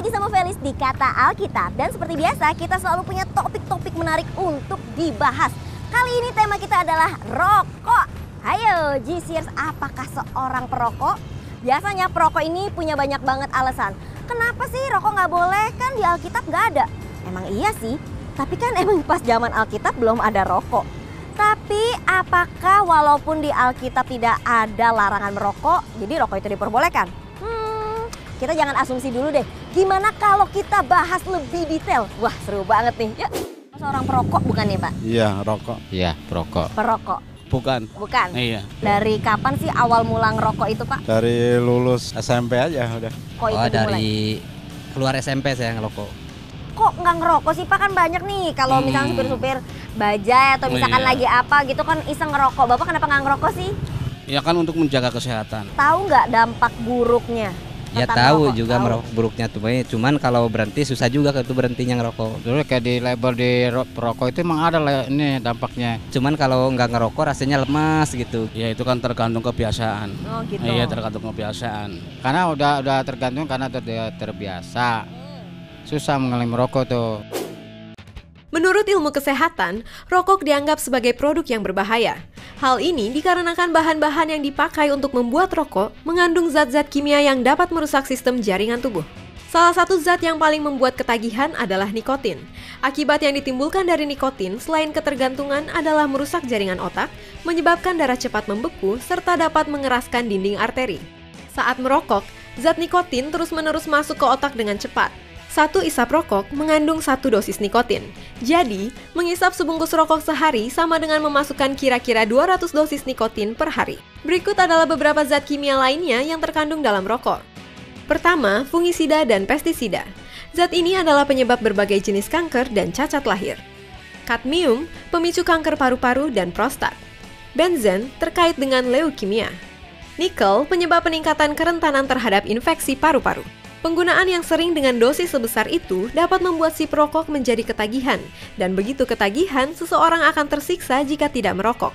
lagi sama Felis di Kata Alkitab. Dan seperti biasa kita selalu punya topik-topik menarik untuk dibahas. Kali ini tema kita adalah rokok. Hayo G-Seers, apakah seorang perokok? Biasanya perokok ini punya banyak banget alasan. Kenapa sih rokok nggak boleh? Kan di Alkitab nggak ada. Emang iya sih, tapi kan emang pas zaman Alkitab belum ada rokok. Tapi apakah walaupun di Alkitab tidak ada larangan merokok, jadi rokok itu diperbolehkan? Kita jangan asumsi dulu deh. Gimana kalau kita bahas lebih detail? Wah, seru banget nih. Yuk. Seorang perokok bukan ya, Pak? Iya, rokok. Iya, perokok. Perokok. Bukan. Bukan. Iya. Dari kapan sih awal mula ngerokok itu, Pak? Dari lulus SMP aja udah. Kok itu dimulai? Dari keluar SMP saya ngerokok. Kok nggak ngerokok sih, Pak? Kan banyak nih kalau misalnya supir-supir bajai atau misalkan Iya. lagi apa gitu kan iseng ngerokok. Bapak kenapa nggak ngerokok sih? Ya kan untuk menjaga kesehatan. Tahu nggak dampak buruknya? Ya tentang tahu rokok? juga Tahu. merokok buruknya tuh, cuman kalau berhenti susah juga itu berhentinya ngerokok. Dulu kayak di label di perokok itu emang ada ini dampaknya. Cuman kalau nggak ngerokok rasanya lemas gitu. Ya itu kan tergantung kebiasaan. Oh gitu. Iya, tergantung kebiasaan. Karena udah tergantung karena terbiasa. Susah mengalami merokok tuh. Menurut ilmu kesehatan, rokok dianggap sebagai produk yang berbahaya. Hal ini dikarenakan bahan-bahan yang dipakai untuk membuat rokok mengandung zat-zat kimia yang dapat merusak sistem jaringan tubuh. Salah satu zat yang paling membuat ketagihan adalah nikotin. Akibat yang ditimbulkan dari nikotin selain ketergantungan adalah merusak jaringan otak, menyebabkan darah cepat membeku, serta dapat mengeraskan dinding arteri. Saat merokok, zat nikotin terus-menerus masuk ke otak dengan cepat. Satu isap rokok mengandung 1 dosis nikotin. Jadi, mengisap sebungkus rokok sehari sama dengan memasukkan kira-kira 200 dosis nikotin per hari. Berikut adalah beberapa zat kimia lainnya yang terkandung dalam rokok. Pertama, fungisida dan pestisida. Zat ini adalah penyebab berbagai jenis kanker dan cacat lahir. Kadmium, pemicu kanker paru-paru dan prostat. Benzen, terkait dengan leukemia. Nikel, penyebab peningkatan kerentanan terhadap infeksi paru-paru. Penggunaan yang sering dengan dosis sebesar itu dapat membuat si perokok menjadi ketagihan, dan begitu ketagihan, seseorang akan tersiksa jika tidak merokok.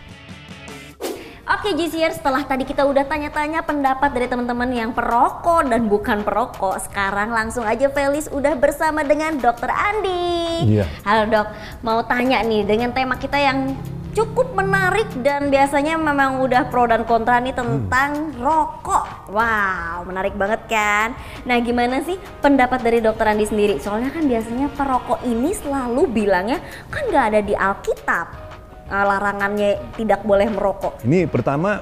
Oke G-Seers, setelah tadi kita udah tanya-tanya pendapat dari teman-teman yang perokok dan bukan perokok, sekarang langsung aja Felis udah bersama dengan Dr. Andi. Iya. Halo dok, mau tanya nih dengan tema kita yang cukup menarik dan biasanya memang udah pro dan kontra nih tentang rokok. Wow, menarik banget kan? Nah gimana sih pendapat dari Dr. Andi sendiri? Soalnya kan biasanya perokok ini selalu bilangnya kan nggak ada di Alkitab. Larangannya tidak boleh merokok. Ini pertama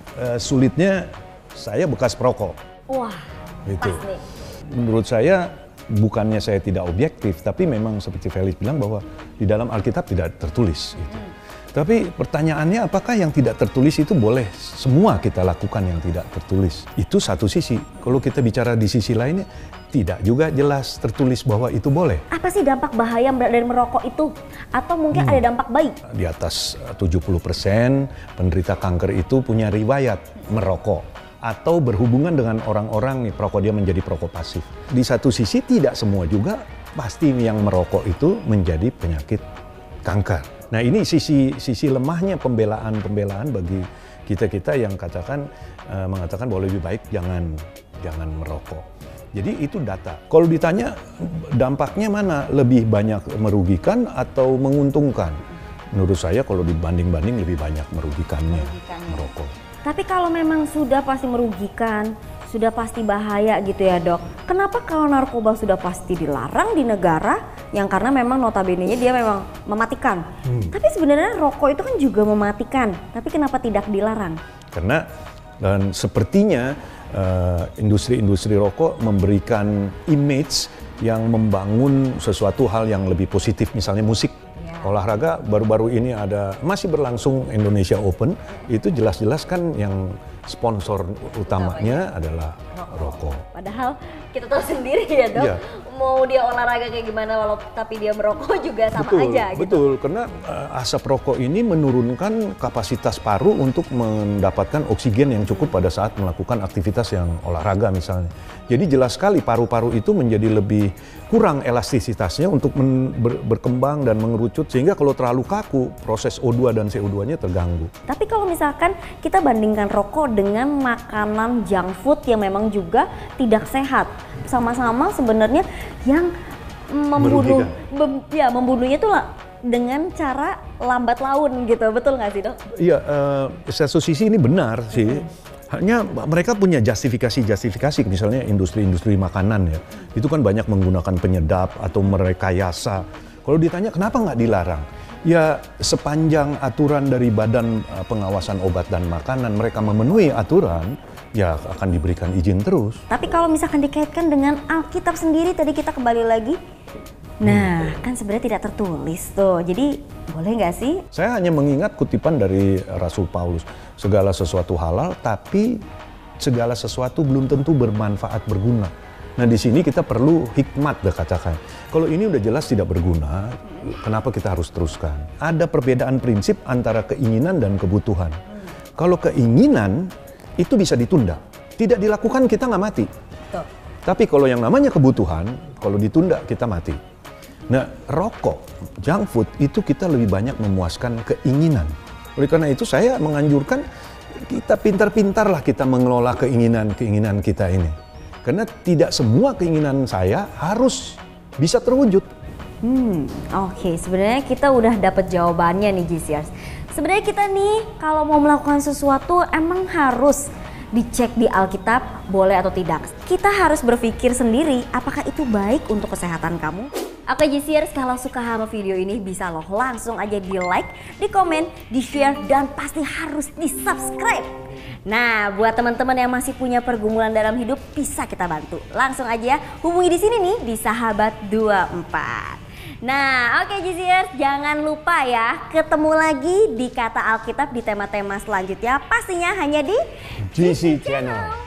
sulitnya saya bekas perokok. Wah, Gitu. pas nih. Menurut saya bukannya saya tidak objektif, tapi memang seperti Felis bilang bahwa di dalam Alkitab tidak tertulis. Gitu. Tapi pertanyaannya apakah yang tidak tertulis itu boleh semua kita lakukan yang tidak tertulis? Itu satu sisi. Kalau kita bicara di sisi lainnya, tidak juga jelas tertulis bahwa itu boleh. Apa sih dampak bahaya dari merokok itu? Atau mungkin ada dampak baik? Di atas 70% penderita kanker itu punya riwayat merokok atau berhubungan dengan orang-orang nih perokok, dia menjadi perokok pasif. Di satu sisi tidak semua juga pasti yang merokok itu menjadi penyakit kanker. Nah ini sisi lemahnya pembelaan bagi kita yang mengatakan bahwa lebih baik jangan merokok. Jadi itu data. Kalau ditanya dampaknya mana lebih banyak merugikan atau menguntungkan? Menurut saya kalau dibanding-banding lebih banyak merugikannya merokok. Tapi kalau memang sudah pasti merugikan, sudah pasti bahaya gitu ya dok. Kenapa kalau narkoba sudah pasti dilarang di negara yang karena memang notabene-nya dia memang mematikan. Tapi sebenarnya rokok itu kan juga mematikan. Tapi kenapa tidak dilarang? Karena dan sepertinya industri-industri rokok memberikan image yang membangun sesuatu hal yang lebih positif, misalnya musik. Olahraga baru-baru ini masih berlangsung Indonesia Open, itu jelas-jelas kan yang sponsor utamanya adalah rokok. Padahal kita tahu sendiri ya dok, Iya. mau dia olahraga kayak gimana tapi dia merokok juga sama aja gitu. Betul, karena asap rokok ini menurunkan kapasitas paru untuk mendapatkan oksigen yang cukup pada saat melakukan aktivitas yang olahraga misalnya. Jadi jelas sekali paru-paru itu menjadi lebih kurang elastisitasnya untuk berkembang dan mengerucut, sehingga kalau terlalu kaku proses O2 dan CO2-nya terganggu. Tapi kalau misalkan kita bandingkan rokok dengan makanan junk food yang memang juga tidak sehat, sama-sama sebenarnya yang membunuh, membunuhnya tuh dengan cara lambat laun gitu, betul nggak sih dok? Iya, satu sisi ini benar sih. Hanya mereka punya justifikasi, misalnya industri-industri makanan ya, itu kan banyak menggunakan penyedap atau merekayasa. Kalau ditanya kenapa nggak dilarang? Ya sepanjang aturan dari Badan Pengawasan Obat dan Makanan mereka memenuhi aturan, ya akan diberikan izin terus. Tapi kalau misalkan dikaitkan dengan Alkitab sendiri, tadi kita kembali lagi, nah kan sebenarnya tidak tertulis tuh, jadi boleh nggak sih? Saya hanya mengingat kutipan dari Rasul Paulus, segala sesuatu halal, tapi segala sesuatu belum tentu bermanfaat, berguna. Nah di sini kita perlu hikmat dah katakan. Kalau ini udah jelas tidak berguna, kenapa kita harus teruskan? Ada perbedaan prinsip antara keinginan dan kebutuhan. Kalau keinginan itu bisa ditunda, tidak dilakukan kita nggak mati. Tuh. Tapi kalau yang namanya kebutuhan, kalau ditunda kita mati. Nah, rokok, junk food itu kita lebih banyak memuaskan keinginan. Oleh karena itu saya menganjurkan kita pintar-pintarlah kita mengelola keinginan-keinginan kita ini. Karena tidak semua keinginan saya harus bisa terwujud. Oke, sebenarnya kita udah dapat jawabannya nih G-Seers. Sebenarnya kita nih kalau mau melakukan sesuatu emang harus dicek di Alkitab boleh atau tidak. Kita harus berpikir sendiri apakah itu baik untuk kesehatan kamu. Oke G-Seers, kalau suka sama video ini bisa loh langsung aja di like, di komen, di share, dan pasti harus di subscribe. Nah buat teman-teman yang masih punya pergumulan dalam hidup bisa kita bantu. Langsung aja hubungi di sini nih di Sahabat 24. Nah oke G-Seers, jangan lupa ya ketemu lagi di Kata Alkitab di tema-tema selanjutnya pastinya hanya di GC Channel.